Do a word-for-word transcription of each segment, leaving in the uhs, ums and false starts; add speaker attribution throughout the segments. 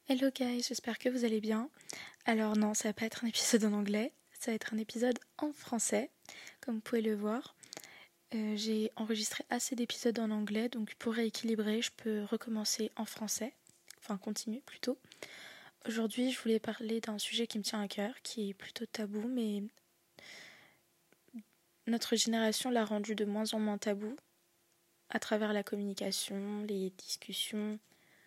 Speaker 1: Hello guys, j'espère que vous allez bien. Alors non, ça va pas être un épisode en anglais, ça va être un épisode en français, comme vous pouvez le voir. Euh, j'ai enregistré assez d'épisodes en anglais, donc pour rééquilibrer, je peux recommencer en français, enfin continuer plutôt. Aujourd'hui, je voulais parler d'un sujet qui me tient à cœur, qui est plutôt tabou, mais notre génération l'a rendu de moins en moins tabou à travers la communication, les discussions,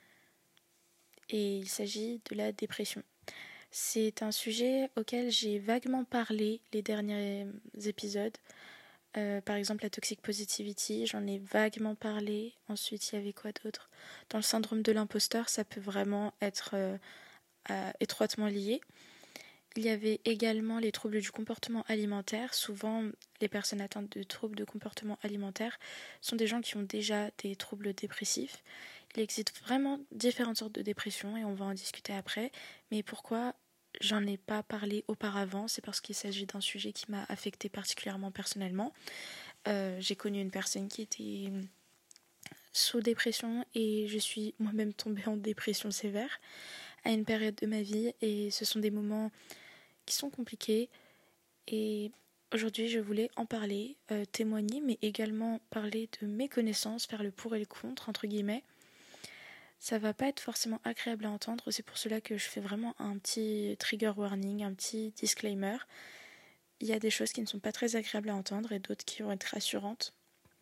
Speaker 1: et il s'agit de la dépression. C'est un sujet auquel j'ai vaguement parlé les derniers épisodes. Euh, par exemple, la toxic positivity, j'en ai vaguement parlé. Ensuite, il y avait quoi d'autre ? Dans le syndrome de l'imposteur, ça peut vraiment être euh, euh, étroitement lié. Il y avait également les troubles du comportement alimentaire. Souvent, les personnes atteintes de troubles de comportement alimentaire sont des gens qui ont déjà des troubles dépressifs. Il existe vraiment différentes sortes de dépression et on va en discuter après. Mais pourquoi j'en ai pas parlé auparavant ? C'est parce qu'il s'agit d'un sujet qui m'a affectée particulièrement personnellement. Euh, j'ai connu une personne qui était sous dépression et je suis moi-même tombée en dépression sévère à une période de ma vie et ce sont des moments qui sont compliqués et aujourd'hui je voulais en parler, euh, témoigner mais également parler de mes connaissances, faire le pour et le contre entre guillemets. Ça va pas être forcément agréable à entendre, c'est pour cela que je fais vraiment un petit trigger warning, un petit disclaimer. Il y a des choses qui ne sont pas très agréables à entendre et d'autres qui vont être rassurantes.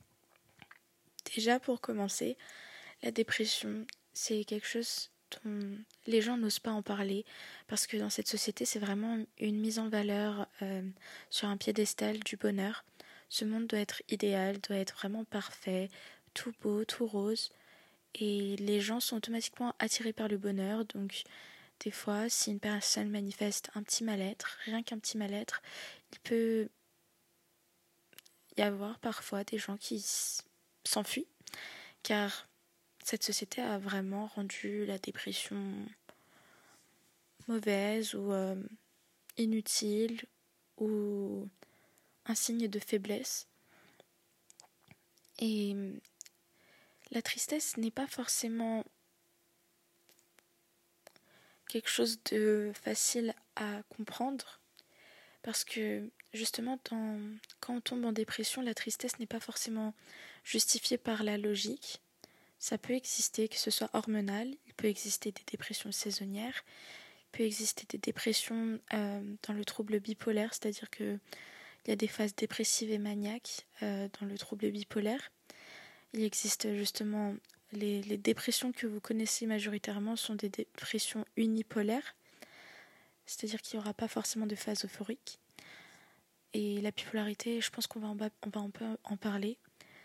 Speaker 1: Déjà pour commencer, la dépression, c'est quelque chose dont les gens n'osent pas en parler parce que dans cette société, c'est vraiment une mise en valeur euh, sur un piédestal du bonheur. Ce monde doit être idéal, doit être vraiment parfait, tout beau, tout rose. Et les gens sont automatiquement attirés par le bonheur. Donc, des fois, si une personne manifeste un petit mal-être, rien qu'un petit mal-être, il peut y avoir parfois des gens qui s'enfuient, car cette société a vraiment rendu la dépression mauvaise ou euh, inutile ou un signe de faiblesse. Et la tristesse n'est pas forcément quelque chose de facile à comprendre parce que justement dans, quand on tombe en dépression, la tristesse n'est pas forcément justifiée par la logique. Ça peut exister, que ce soit hormonal, il peut exister des dépressions saisonnières, il peut exister des dépressions euh, dans le trouble bipolaire, c'est-à-dire qu'il y a des phases dépressives et maniaques euh, dans le trouble bipolaire. Il existe justement les, les dépressions que vous connaissez majoritairement sont des dépressions unipolaires, c'est-à-dire qu'il n'y aura pas forcément de phase euphorique. Et la bipolarité, je pense qu'on va, en, on va un peu en parler.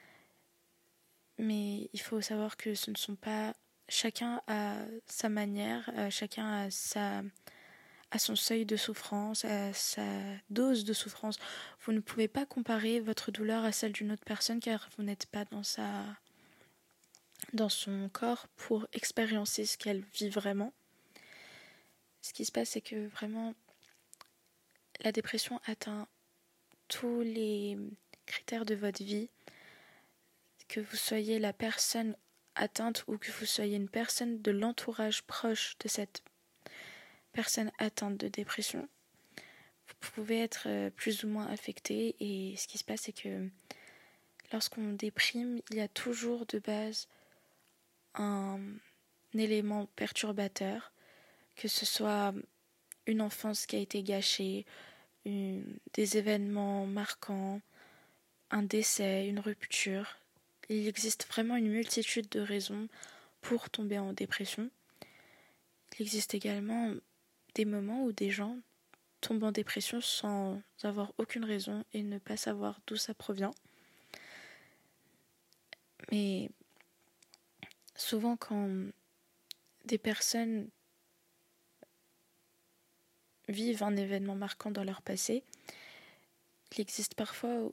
Speaker 1: Mais il faut savoir que ce ne sont pas... Chacun a sa manière, chacun a, sa, a son seuil de souffrance, a sa dose de souffrance. Vous ne pouvez pas comparer votre douleur à celle d'une autre personne car vous n'êtes pas dans, sa, dans son corps pour expériencer ce qu'elle vit vraiment. Ce qui se passe, c'est que vraiment, la dépression atteint tous les critères de votre vie. Que vous soyez la personne atteinte ou que vous soyez une personne de l'entourage proche de cette personne atteinte de dépression, vous pouvez être plus ou moins affecté. Et ce qui se passe, c'est que lorsqu'on déprime, il y a toujours de base un, un élément perturbateur, que ce soit une enfance qui a été gâchée, une, des événements marquants, un décès, une rupture. Il existe vraiment une multitude de raisons pour tomber en dépression. Il existe également des moments où des gens tombent en dépression sans avoir aucune raison et ne pas savoir d'où ça provient. Mais souvent quand des personnes vivent un événement marquant dans leur passé, il existe parfois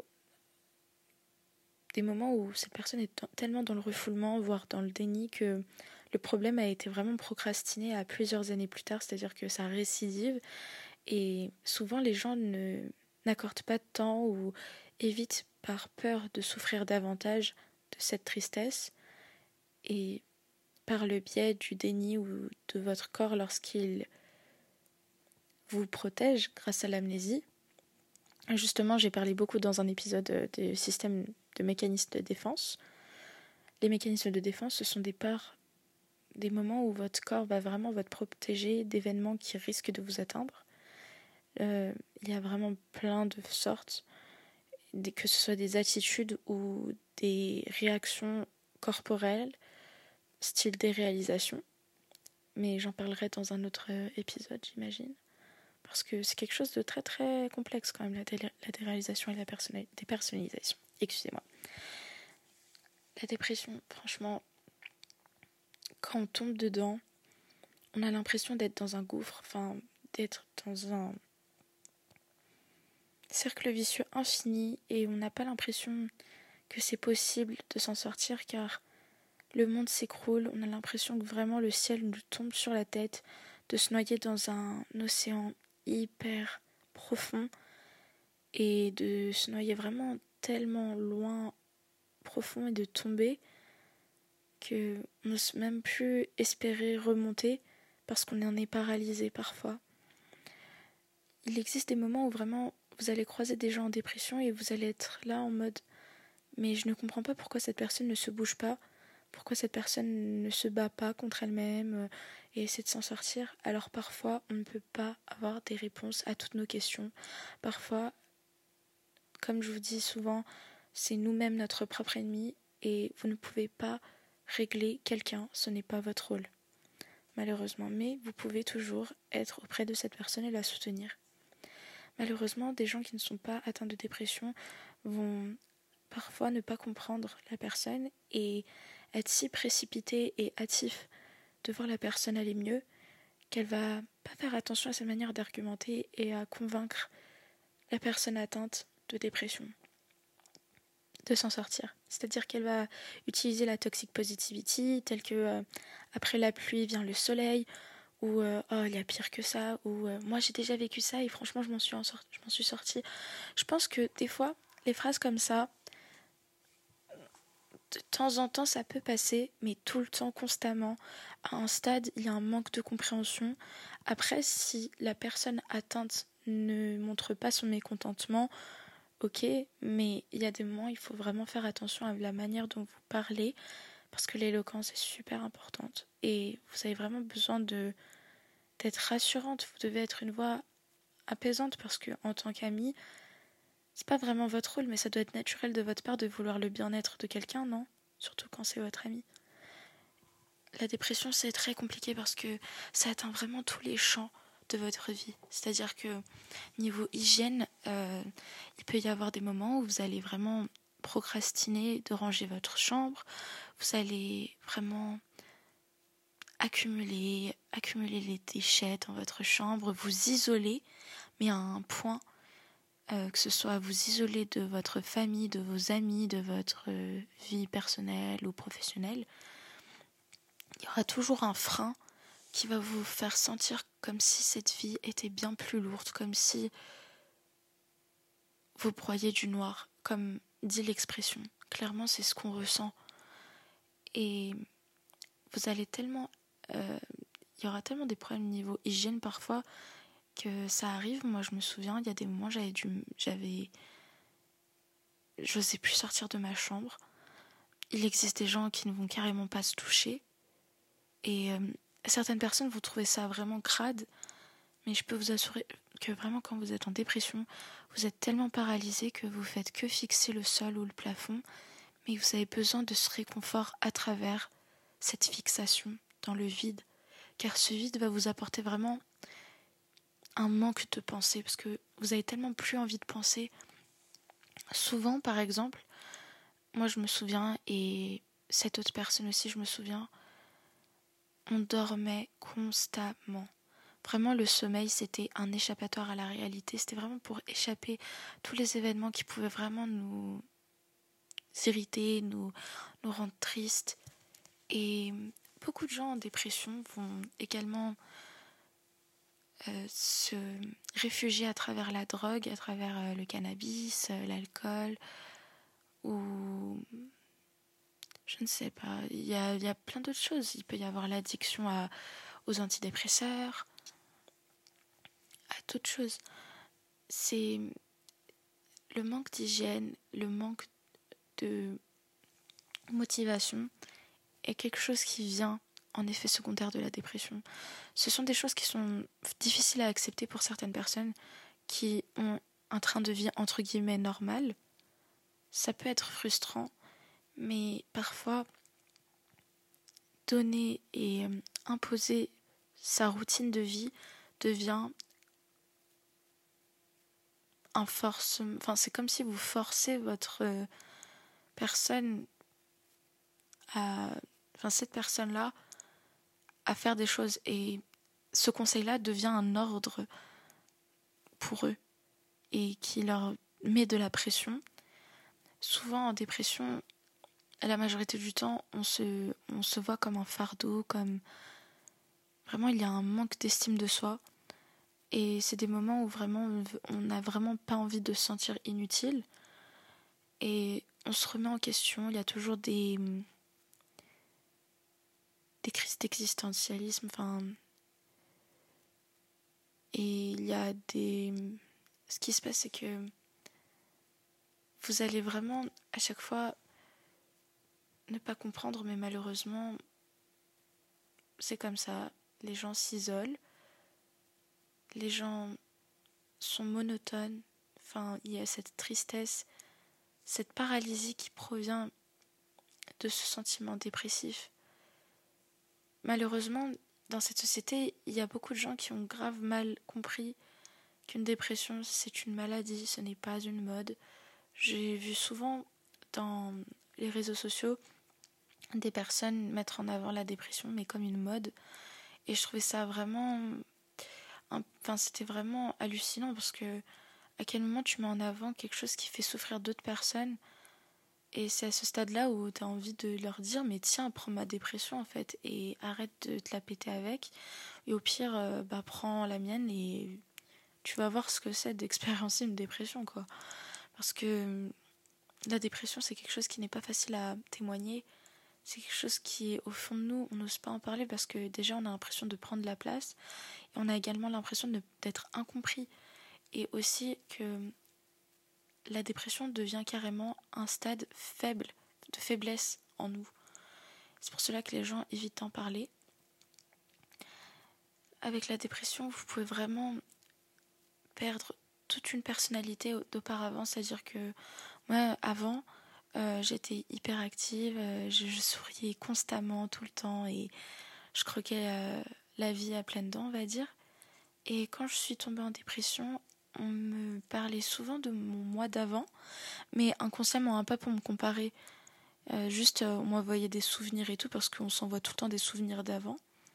Speaker 1: des moments où cette personne est tellement dans le refoulement, voire dans le déni, que le problème a été vraiment procrastiné à plusieurs années plus tard, c'est-à-dire que ça récidive. Et souvent, les gens ne, n'accordent pas de temps ou évitent par peur de souffrir davantage de cette tristesse. Et par le biais du déni ou de votre corps lorsqu'il vous protège grâce à l'amnésie. Justement, j'ai parlé beaucoup dans un épisode des systèmes de mécanismes de défense. Les mécanismes de défense, ce sont des parts, des moments où votre corps va vraiment vous protéger d'événements qui risquent de vous atteindre. Euh, il y a vraiment plein de sortes, que ce soit des attitudes ou des réactions corporelles, style déréalisation. Mais j'en parlerai dans un autre épisode, j'imagine. Parce que c'est quelque chose de très très complexe quand même, la, dé- la déréalisation et la personnali- dépersonnalisation. Excusez-moi. La dépression, franchement, quand on tombe dedans, on a l'impression d'être dans un gouffre, enfin d'être dans un cercle vicieux infini et on n'a pas l'impression que c'est possible de s'en sortir car le monde s'écroule, on a l'impression que vraiment le ciel nous tombe sur la tête, de se noyer dans un océan hyper profond et de se noyer vraiment tellement loin, profond et de tomber qu'on n'ose même plus espérer remonter parce qu'on en est paralysé parfois. Il existe des moments où vraiment vous allez croiser des gens en dépression et vous allez être là en mode mais je ne comprends pas pourquoi cette personne ne se bouge pas, pourquoi cette personne ne se bat pas contre elle-même et essaie de s'en sortir. Alors parfois on ne peut pas avoir des réponses à toutes nos questions. Parfois, comme je vous dis souvent, c'est nous-mêmes notre propre ennemi et vous ne pouvez pas régler quelqu'un, ce n'est pas votre rôle, malheureusement. Mais vous pouvez toujours être auprès de cette personne et la soutenir. Malheureusement, des gens qui ne sont pas atteints de dépression vont parfois ne pas comprendre la personne et être si précipités et hâtifs de voir la personne aller mieux qu'elle va pas faire attention à sa manière d'argumenter et à convaincre la personne atteinte de dépression de s'en sortir. C'est-à-dire qu'elle va utiliser la toxic positivity, telle que euh, après la pluie vient le soleil, ou euh, oh il y a pire que ça, ou euh, moi j'ai déjà vécu ça et franchement je m'en suis, en sort- je m'en suis sortie. Je pense que des fois, les phrases comme ça, de temps en temps ça peut passer, mais tout le temps, constamment, à un stade, il y a un manque de compréhension. Après, si la personne atteinte ne montre pas son mécontentement, ok, mais il y a des moments où il faut vraiment faire attention à la manière dont vous parlez, parce que l'éloquence est super importante, et vous avez vraiment besoin de d'être rassurante, vous devez être une voix apaisante, parce que en tant qu'ami, c'est pas vraiment votre rôle, mais ça doit être naturel de votre part de vouloir le bien-être de quelqu'un, non? Surtout quand c'est votre ami. La dépression, c'est très compliqué parce que ça atteint vraiment tous les champs de votre vie. C'est-à-dire que niveau hygiène, euh, il peut y avoir des moments où vous allez vraiment procrastiner de ranger votre chambre, vous allez vraiment accumuler, accumuler les déchets dans votre chambre, vous isoler, mais à un point, euh, que ce soit vous isoler de votre famille, de vos amis, de votre euh, vie personnelle ou professionnelle, il y aura toujours un frein qui va vous faire sentir comme si cette vie était bien plus lourde, comme si vous broyez du noir, comme dit l'expression. Clairement, c'est ce qu'on ressent. Et vous allez tellement... Euh, il y aura tellement des problèmes niveau hygiène parfois que ça arrive. Moi, je me souviens, il y a des moments, j'avais dû... J'avais... J'osais plus sortir de ma chambre. Il existe des gens qui ne vont carrément pas se toucher. Et euh, certaines personnes vont trouver ça vraiment crade. Mais je peux vous assurer que vraiment quand vous êtes en dépression, vous êtes tellement paralysé que vous faites que fixer le sol ou le plafond, mais vous avez besoin de ce réconfort à travers cette fixation dans le vide, car ce vide va vous apporter vraiment un manque de pensée, parce que vous avez tellement plus envie de penser. Souvent, par exemple, moi je me souviens, et cette autre personne aussi, je me souviens, on dormait constamment. Vraiment, le sommeil, c'était un échappatoire à la réalité. C'était vraiment pour échapper à tous les événements qui pouvaient vraiment nous irriter, nous, nous rendre tristes. Et beaucoup de gens en dépression vont également euh, se réfugier à travers la drogue, à travers euh, le cannabis, euh, l'alcool, ou je ne sais pas, il y a, il y a plein d'autres choses. Il peut y avoir l'addiction à, aux antidépresseurs, à d'autres choses. C'est le manque d'hygiène, le manque de motivation est quelque chose qui vient en effet secondaire de la dépression. Ce sont des choses qui sont difficiles à accepter pour certaines personnes qui ont un train de vie entre guillemets normal. Ça peut être frustrant, mais parfois donner et euh, imposer sa routine de vie devient un force. Enfin, c'est comme si vous forcez votre euh, personne à, enfin cette personne-là à faire des choses, et ce conseil-là devient un ordre pour eux et qui leur met de la pression. Souvent en dépression, la majorité du temps, on se, on se voit comme un fardeau, comme vraiment il y a un manque d'estime de soi, et c'est des moments où vraiment on n'a vraiment pas envie de se sentir inutile et on se remet en question. Il y a toujours des des crises d'existentialisme, enfin, et il y a des... Ce qui se passe, c'est que vous allez vraiment, à chaque fois, ne pas comprendre, mais malheureusement, c'est comme ça. Les gens s'isolent, les gens sont monotones, enfin, il y a cette tristesse, cette paralysie qui provient de ce sentiment dépressif. Malheureusement, dans cette société, il y a beaucoup de gens qui ont grave mal compris qu'une dépression, c'est une maladie, ce n'est pas une mode. J'ai vu souvent dans les réseaux sociaux des personnes mettre en avant la dépression, mais comme une mode. Et je trouvais ça vraiment... Enfin, c'était vraiment hallucinant, parce que à quel moment tu mets en avant quelque chose qui fait souffrir d'autres personnes, et c'est à ce stade-là où tu as envie de leur dire, mais tiens, prends ma dépression en fait, et arrête de te la péter avec, et au pire, euh, bah prends la mienne et tu vas voir ce que c'est d'expériencer une dépression, quoi. Parce que la dépression, c'est quelque chose qui n'est pas facile à témoigner, c'est quelque chose qui est au fond de nous, on n'ose pas en parler parce que déjà on a l'impression de prendre la place, et on a également l'impression de, d'être incompris, et aussi que la dépression devient carrément un stade faible, de faiblesse en nous. C'est pour cela que les gens évitent d'en parler. Avec la dépression, vous pouvez vraiment perdre toute une personnalité d'auparavant, c'est-à-dire que moi, avant, euh, j'étais hyper active, euh, je, je souriais constamment, tout le temps, et je croquais euh, la vie à pleines dents, on va dire. Et quand je suis tombée en dépression, on me parlait souvent de mon moi d'avant, mais inconsciemment, hein, pas pour me comparer. Euh, juste, euh, on m'envoyait des souvenirs et tout, parce qu'on s'envoie tout le temps des souvenirs d'avant.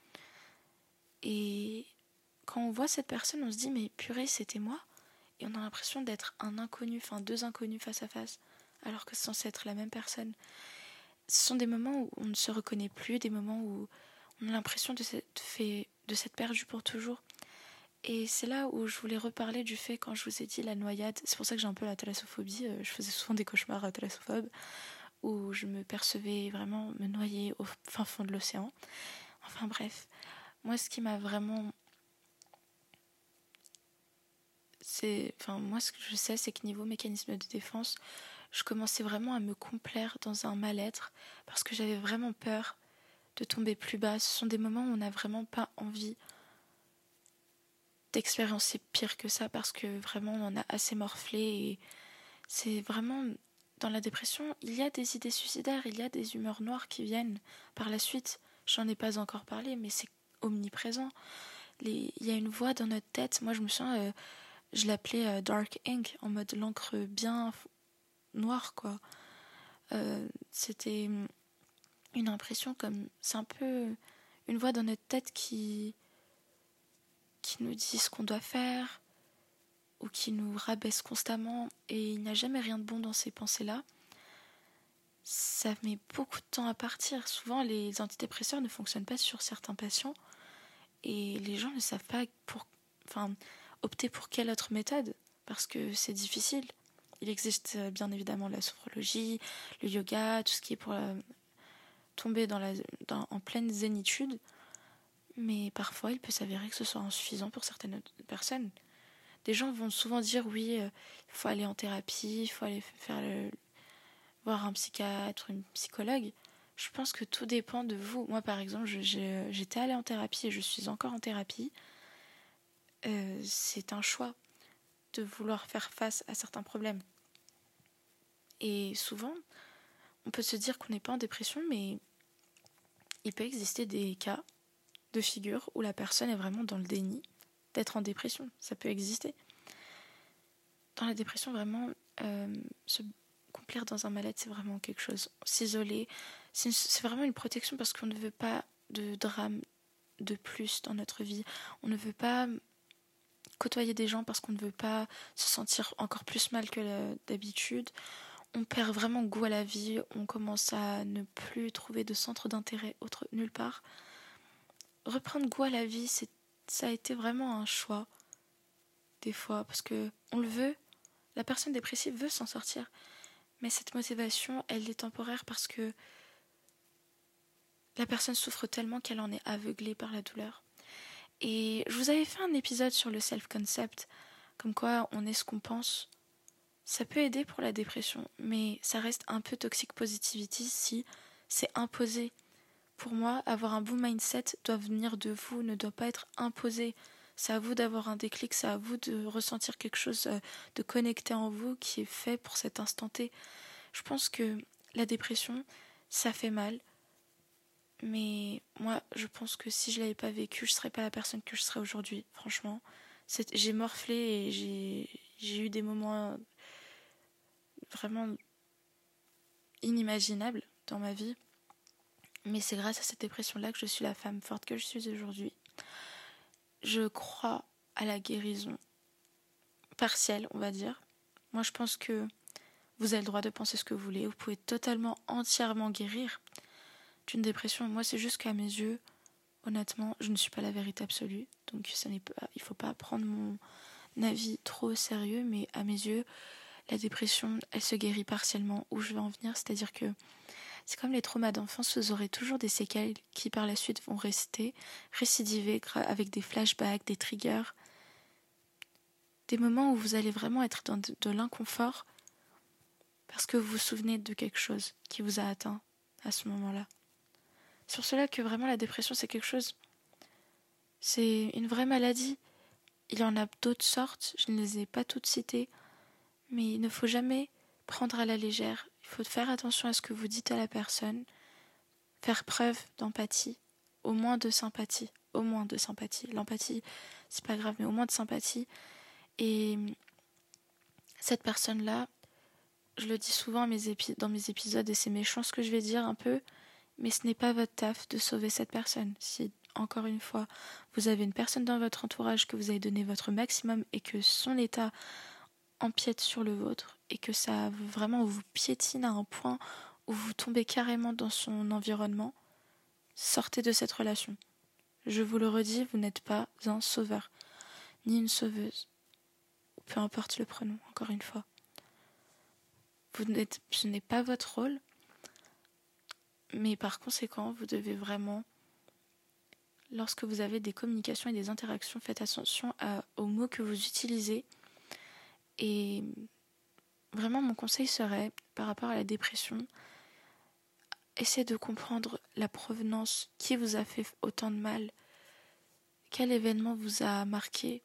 Speaker 1: Et quand on voit cette personne, on se dit, mais purée, c'était moi. Et on a l'impression d'être un inconnu, enfin deux inconnus face à face, alors que c'est censé être la même personne. Ce sont des moments où on ne se reconnaît plus, des moments où on a l'impression de s'être fait, de s'être perdu pour toujours. Et c'est là où je voulais reparler du fait, quand je vous ai dit la noyade, c'est pour ça que j'ai un peu la thalassophobie, je faisais souvent des cauchemars thalassophobes, où je me percevais vraiment me noyer au fin fond de l'océan. Enfin bref, moi ce qui m'a vraiment... C'est... Enfin, moi ce que je sais, c'est que niveau mécanisme de défense, je commençais vraiment à me complaire dans un mal-être, parce que j'avais vraiment peur de tomber plus bas. Ce sont des moments où on n'a vraiment pas envie d'expériencer pire que ça, parce que vraiment on en a assez morflé, et c'est vraiment... Dans la dépression, il y a des idées suicidaires, il y a des humeurs noires qui viennent par la suite. J'en ai pas encore parlé, mais c'est omniprésent. Les... Il y a une voix dans notre tête. Moi, je me sens, euh, je l'appelais euh, dark ink, en mode l'encre bien noire, quoi. Euh, c'était une impression comme... C'est un peu une voix dans notre tête qui, qui nous dit ce qu'on doit faire, ou qui nous rabaisse constamment, et il n'y a jamais rien de bon dans ces pensées-là. Ça met beaucoup de temps à partir. Souvent, les antidépresseurs ne fonctionnent pas sur certains patients, et les gens ne savent pas pour, enfin, opter pour quelle autre méthode, parce que c'est difficile. Il existe bien évidemment la sophrologie, le yoga, tout ce qui est pour la, tomber dans la, dans, en pleine zénitude, mais parfois il peut s'avérer que ce soit insuffisant pour certaines personnes. Des gens vont souvent dire oui, il faut aller en thérapie, il faut aller faire le, voir un psychiatre, une psychologue. Je pense que tout dépend de vous. Moi, par exemple, je, je, j'étais allée en thérapie et je suis encore en thérapie. Euh, c'est un choix de vouloir faire face à certains problèmes. Et souvent, on peut se dire qu'on n'est pas en dépression, mais il peut exister des cas de figure où la personne est vraiment dans le déni d'être en dépression. Ça peut exister. Dans la dépression, vraiment, euh, se complaire dans un mal-être, c'est vraiment quelque chose. S'isoler, c'est, une, c'est vraiment une protection parce qu'on ne veut pas de drame de plus dans notre vie. On ne veut pas côtoyer des gens parce qu'on ne veut pas se sentir encore plus mal que la, d'habitude. On perd vraiment goût à la vie, on commence à ne plus trouver de centre d'intérêt autre, nulle part. Reprendre goût à la vie, c'est, ça a été vraiment un choix, des fois, parce que on le veut, la personne dépressive veut s'en sortir, mais cette motivation, elle est temporaire parce que la personne souffre tellement qu'elle en est aveuglée par la douleur. Et je vous avais fait un épisode sur le self-concept, comme quoi on est ce qu'on pense. Ça peut aider pour la dépression, mais ça reste un peu toxic positivity si c'est imposé. Pour moi, avoir un bon mindset doit venir de vous, ne doit pas être imposé. C'est à vous d'avoir un déclic, c'est à vous de ressentir quelque chose, de connecter en vous qui est fait pour cet instant T. Je pense que la dépression, ça fait mal, mais moi, je pense que si je l'avais pas vécu, je serais pas la personne que je serais aujourd'hui, franchement. C'est, j'ai morflé et j'ai, j'ai eu des moments vraiment inimaginable dans ma vie, mais c'est grâce à cette dépression-là que je suis la femme forte que je suis aujourd'hui. Je crois à la guérison partielle, on va dire. Moi, je pense que vous avez le droit de penser ce que vous voulez. Vous pouvez totalement, entièrement guérir d'une dépression. Moi, c'est juste qu'à mes yeux, honnêtement, je ne suis pas la vérité absolue. Donc, ça n'est pas, il ne faut pas prendre mon avis trop au sérieux, mais à mes yeux, la dépression, elle se guérit partiellement. Où je veux en venir, c'est-à-dire que c'est comme les traumas d'enfance, vous aurez toujours des séquelles qui par la suite vont rester, récidiver avec des flashbacks, des triggers, des moments où vous allez vraiment être dans de, de l'inconfort parce que vous vous souvenez de quelque chose qui vous a atteint à ce moment-là. C'est pour cela que vraiment la dépression, c'est quelque chose, c'est une vraie maladie. Il y en a d'autres sortes, je ne les ai pas toutes citées, mais il ne faut jamais prendre à la légère. Il faut faire attention à ce que vous dites à la personne, faire preuve d'empathie, au moins de sympathie, au moins de sympathie. L'empathie, c'est pas grave, mais au moins de sympathie. Et cette personne-là, je le dis souvent mes épi- dans mes épisodes, et c'est méchant ce que je vais dire un peu, mais ce n'est pas votre taf de sauver cette personne. Si, encore une fois, vous avez une personne dans votre entourage, que vous avez donné votre maximum et que son état empiète sur le vôtre et que ça vraiment vous piétine à un point où vous tombez carrément dans son environnement, sortez de cette relation. Je vous le redis, vous n'êtes pas un sauveur, ni une sauveuse. Peu importe le pronom, encore une fois. Vous n'êtes, ce n'est pas votre rôle, mais par conséquent, vous devez vraiment, lorsque vous avez des communications et des interactions, faites attention à, aux mots que vous utilisez. Et vraiment, mon conseil serait, par rapport à la dépression, essayez de comprendre la provenance, qui vous a fait autant de mal, quel événement vous a marqué.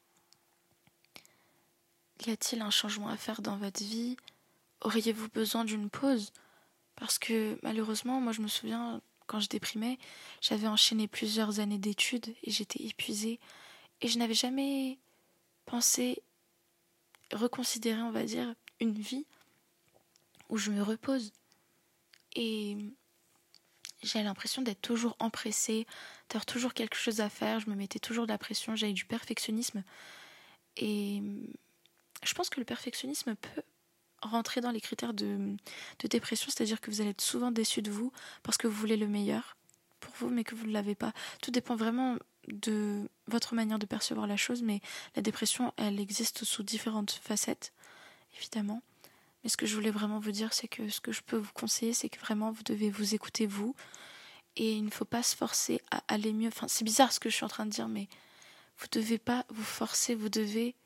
Speaker 1: Y a-t-il un changement à faire dans votre vie? Auriez-vous besoin d'une pause? Parce que malheureusement, moi je me souviens, quand je déprimais, j'avais enchaîné plusieurs années d'études et j'étais épuisée. Et je n'avais jamais pensé reconsidérer, on va dire, une vie où je me repose. Et j'ai l'impression d'être toujours empressée, d'avoir toujours quelque chose à faire. Je me mettais toujours de la pression, j'avais du perfectionnisme. Et je pense que le perfectionnisme peut rentrer dans les critères de, de dépression, c'est-à-dire que vous allez être souvent déçu de vous parce que vous voulez le meilleur pour vous, mais que vous ne l'avez pas. Tout dépend vraiment de votre manière de percevoir la chose, mais la dépression, elle existe sous différentes facettes, évidemment. Mais ce que je voulais vraiment vous dire, c'est que ce que je peux vous conseiller, c'est que vraiment vous devez vous écouter vous. Et il ne faut pas se forcer à aller mieux. Enfin, c'est bizarre ce que je suis en train de dire, mais vous ne devez pas vous forcer, vous devez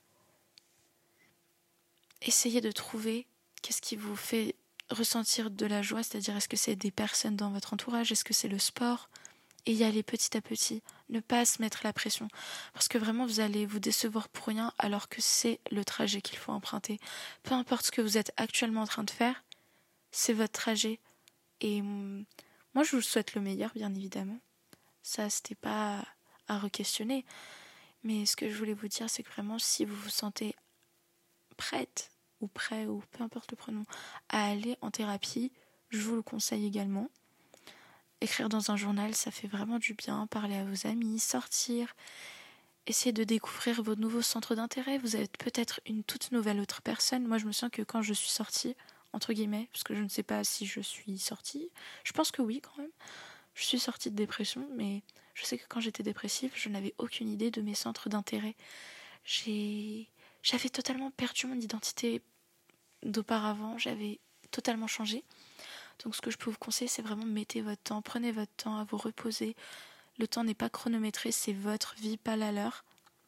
Speaker 1: essayer de trouver qu'est-ce qui vous fait ressentir de la joie, c'est-à-dire est-ce que c'est des personnes dans votre entourage, est-ce que c'est le sport, et y aller petit à petit, ne pas se mettre la pression, parce que vraiment vous allez vous décevoir pour rien alors que c'est le trajet qu'il faut emprunter. Peu importe ce que vous êtes actuellement en train de faire, c'est votre trajet, et hum, moi je vous souhaite le meilleur bien évidemment, ça c'était pas à re-questionner, mais ce que je voulais vous dire c'est que vraiment si vous vous sentez prête ou prêt ou peu importe le pronom à aller en thérapie, je vous le conseille également. Écrire dans un journal, ça fait vraiment du bien, parler à vos amis, sortir, essayer de découvrir vos nouveaux centres d'intérêt. Vous êtes peut-être une toute nouvelle autre personne. Moi je me sens que quand je suis sortie, entre guillemets, parce que je ne sais pas si je suis sortie, je pense que oui quand même, je suis sortie de dépression, mais je sais que quand j'étais dépressive, je n'avais aucune idée de mes centres d'intérêt. J'ai... J'avais totalement perdu mon identité d'auparavant, j'avais totalement changé. Donc ce que je peux vous conseiller, c'est vraiment mettez votre temps, prenez votre temps à vous reposer. Le temps n'est pas chronométré, c'est votre vie, pas la leur.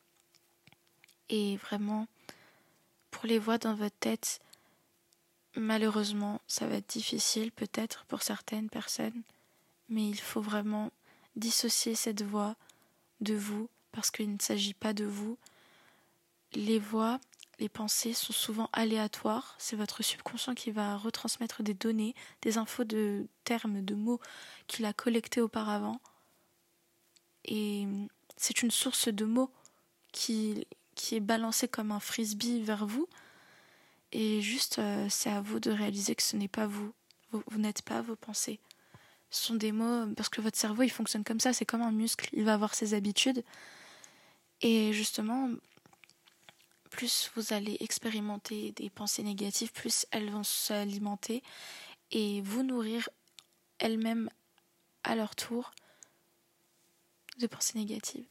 Speaker 1: Et vraiment, pour les voix dans votre tête, malheureusement, ça va être difficile peut-être pour certaines personnes, mais il faut vraiment dissocier cette voix de vous, parce qu'il ne s'agit pas de vous. Les voix, les pensées sont souvent aléatoires. C'est votre subconscient qui va retransmettre des données, des infos de termes, de mots qu'il a collectés auparavant. Et c'est une source de mots qui, qui est balancée comme un frisbee vers vous. Et juste, euh, c'est à vous de réaliser que ce n'est pas vous. Vous, vous n'êtes pas vos pensées. Ce sont des mots, parce que votre cerveau, il fonctionne comme ça, c'est comme un muscle, il va avoir ses habitudes. Et justement, plus vous allez expérimenter des pensées négatives, plus elles vont s'alimenter et vous nourrir elles-mêmes à leur tour de pensées négatives.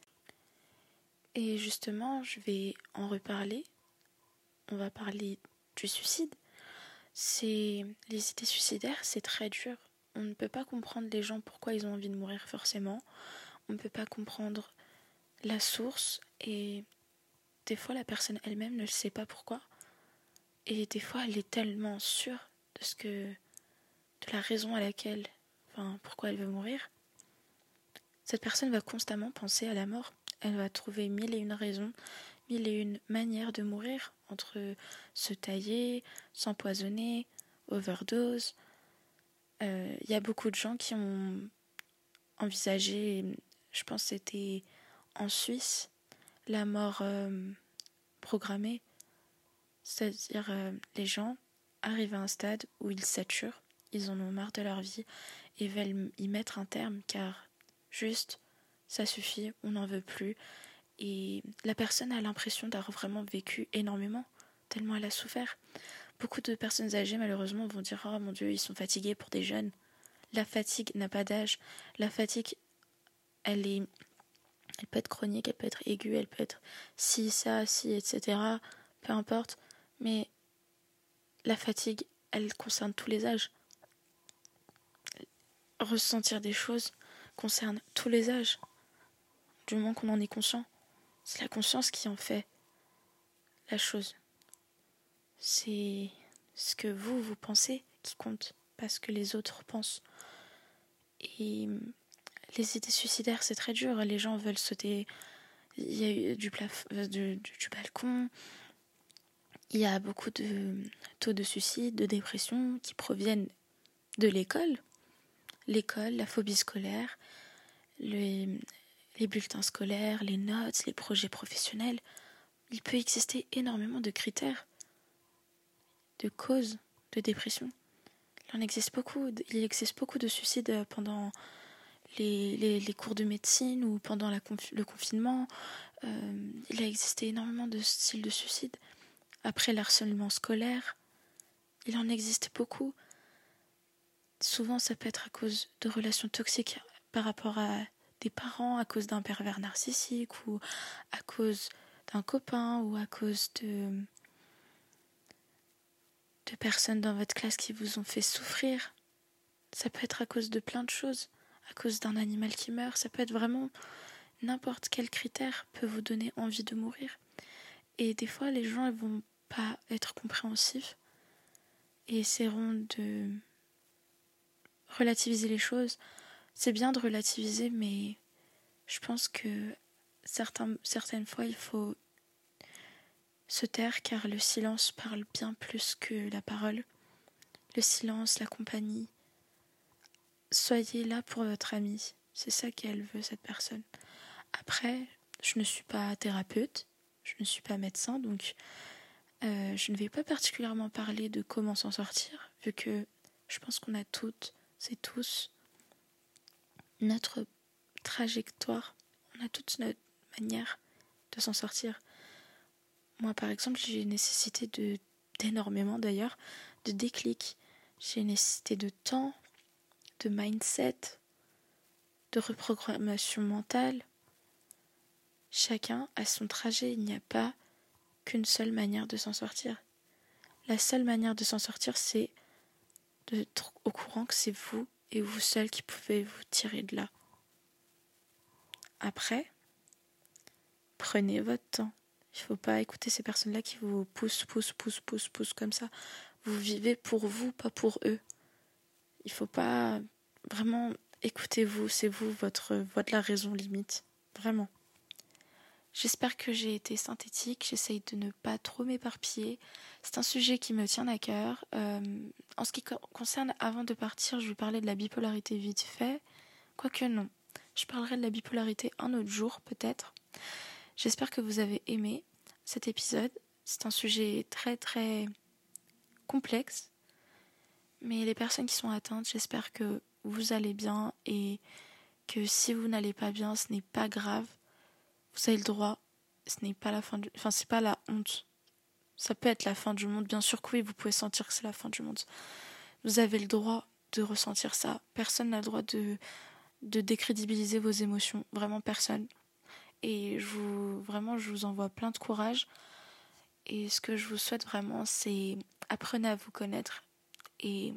Speaker 1: Et justement, je vais en reparler. On va parler du suicide. C'est les idées suicidaires, c'est très dur. On ne peut pas comprendre les gens pourquoi ils ont envie de mourir forcément. On ne peut pas comprendre la source et des fois la personne elle-même ne le sait pas pourquoi. Et des fois elle est tellement sûre de ce que de la raison à laquelle, enfin pourquoi elle veut mourir. Cette personne va constamment penser à la mort. Elle va trouver mille et une raisons, mille et une manières de mourir, entre se tailler, s'empoisonner, overdose. Il euh, y a beaucoup de gens qui ont envisagé, je pense que c'était en Suisse, la mort euh, programmée. C'est-à-dire euh, les gens arrivent à un stade où ils saturent, ils en ont marre de leur vie et veulent y mettre un terme car juste ça suffit, on n'en veut plus. Et la personne a l'impression d'avoir vraiment vécu énormément, tellement elle a souffert. Beaucoup de personnes âgées, malheureusement, vont dire « Oh mon Dieu, ils sont fatigués pour des jeunes ». La fatigue n'a pas d'âge. La fatigue, elle est, elle peut être chronique, elle peut être aiguë, elle peut être ci, ça, ci, et cetera. Peu importe. Mais la fatigue, elle concerne tous les âges. Ressentir des choses concerne tous les âges. Du moment qu'on en est conscient. C'est la conscience qui en fait la chose. C'est ce que vous, vous pensez qui compte, pas ce que les autres pensent. Et les idées suicidaires, c'est très dur. Les gens veulent sauter. Il y a eu du, plaf... du, du, du balcon. Il y a beaucoup de taux de suicide, de dépression qui proviennent de l'école. L'école, la phobie scolaire, le, les bulletins scolaires, les notes, les projets professionnels. Il peut exister énormément de critères, de causes de dépression. Il en existe beaucoup. Il existe beaucoup de suicides pendant les, les, les cours de médecine ou pendant la confi- le confinement. Euh, il a existé énormément de styles de suicide. Après l'harcèlement scolaire, il en existe beaucoup. Souvent, ça peut être à cause de relations toxiques par rapport à des parents, à cause d'un pervers narcissique ou à cause d'un copain ou à cause de de personnes dans votre classe qui vous ont fait souffrir. Ça peut être à cause de plein de choses, à cause d'un animal qui meurt, ça peut être vraiment n'importe quel critère peut vous donner envie de mourir. Et des fois, les gens ne vont pas être compréhensifs et essaieront de relativiser les choses. C'est bien de relativiser, mais je pense que certains, certaines fois, il faut se taire car le silence parle bien plus que la parole. Le silence, la compagnie. Soyez là pour votre amie. C'est ça qu'elle veut, cette personne. Après, je ne suis pas thérapeute, je ne suis pas médecin, donc euh, je ne vais pas particulièrement parler de comment s'en sortir, vu que je pense qu'on a toutes et tous notre trajectoire, on a toute notre manière de s'en sortir. Moi, par exemple, j'ai nécessité de, d'énormément d'ailleurs, de déclics. J'ai nécessité de temps, de mindset, de reprogrammation mentale. Chacun a son trajet, il n'y a pas qu'une seule manière de s'en sortir. La seule manière de s'en sortir, c'est d'être au courant que c'est vous et vous seul qui pouvez vous tirer de là. Après, prenez votre temps. Il ne faut pas écouter ces personnes-là qui vous poussent, poussent, poussent, poussent, poussent comme ça. Vous vivez pour vous, pas pour eux. Il ne faut pas vraiment écoutez-vous, c'est vous, votre voix de la raison limite. Vraiment. J'espère que j'ai été synthétique, j'essaye de ne pas trop m'éparpiller. C'est un sujet qui me tient à cœur. Euh, en ce qui concerne, avant de partir, je vais parler de la bipolarité vite fait. Quoique non, je parlerai de la bipolarité un autre jour peut-être. J'espère que vous avez aimé cet épisode. C'est un sujet très très complexe. Mais les personnes qui sont atteintes, j'espère que vous allez bien et que si vous n'allez pas bien, ce n'est pas grave. Vous avez le droit, ce n'est pas la fin du... Enfin, c'est pas la honte. Ça peut être la fin du monde, bien sûr que oui, vous pouvez sentir que c'est la fin du monde. Vous avez le droit de ressentir ça. Personne n'a le droit de, de décrédibiliser vos émotions. Vraiment personne. Et je vous, vraiment, je vous envoie plein de courage. Et ce que je vous souhaite vraiment, c'est apprenez à vous connaître et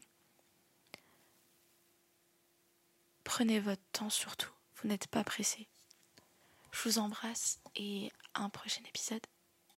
Speaker 1: prenez votre temps surtout. Vous n'êtes pas pressé. Je vous embrasse et à un prochain épisode.